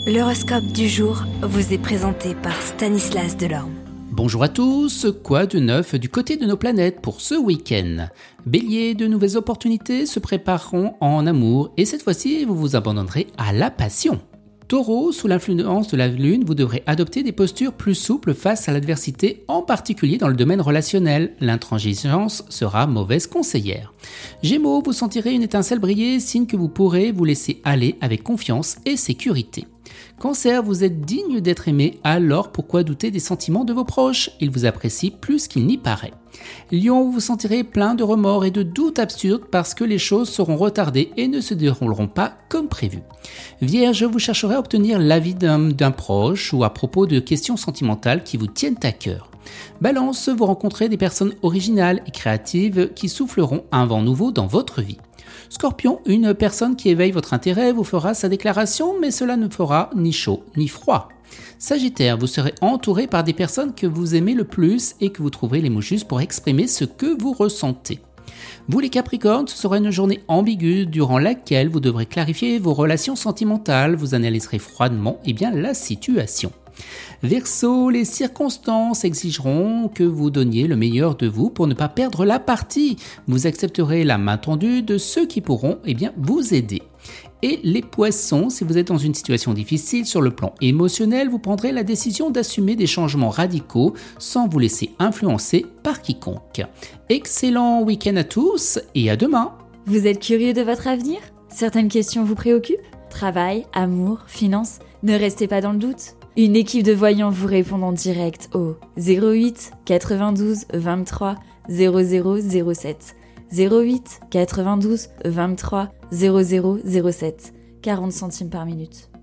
L'horoscope du jour vous est présenté par Stanislas Delorme. Bonjour à tous, quoi de neuf du côté de nos planètes pour ce week-end ? Bélier, de nouvelles opportunités se prépareront en amour et cette fois-ci vous vous abandonnerez à la passion. Taureau, sous l'influence de la Lune, vous devrez adopter des postures plus souples face à l'adversité, en particulier dans le domaine relationnel. L'intransigeance sera mauvaise conseillère. Gémeaux, vous sentirez une étincelle briller, signe que vous pourrez vous laisser aller avec confiance et sécurité. Cancer, vous êtes digne d'être aimé, alors pourquoi douter des sentiments de vos proches ? Ils vous apprécient plus qu'il n'y paraît. Lion, vous vous sentirez plein de remords et de doutes absurdes parce que les choses seront retardées et ne se dérouleront pas comme prévu. Vierge, vous chercherez à obtenir l'avis d'un proche ou à propos de questions sentimentales qui vous tiennent à cœur. Balance, vous rencontrez des personnes originales et créatives qui souffleront un vent nouveau dans votre vie. Scorpion, une personne qui éveille votre intérêt vous fera sa déclaration, mais cela ne fera ni chaud ni froid. Sagittaire, vous serez entouré par des personnes que vous aimez le plus et que vous trouverez les mots justes pour exprimer ce que vous ressentez. Vous les Capricornes, ce sera une journée ambiguë durant laquelle vous devrez clarifier vos relations sentimentales, vous analyserez froidement la situation. Verseau, les circonstances exigeront que vous donniez le meilleur de vous pour ne pas perdre la partie. Vous accepterez la main tendue de ceux qui pourront vous aider. Et les Poissons, si vous êtes dans une situation difficile sur le plan émotionnel, vous prendrez la décision d'assumer des changements radicaux sans vous laisser influencer par quiconque. Excellent week-end à tous et à demain. Vous êtes curieux de votre avenir ? Certaines questions vous préoccupent ? Travail, amour, finances ? Ne restez pas dans le doute. Une équipe de voyants vous répond en direct au 08 92 23 0007. 08 92 23 0007. 40 centimes par minute.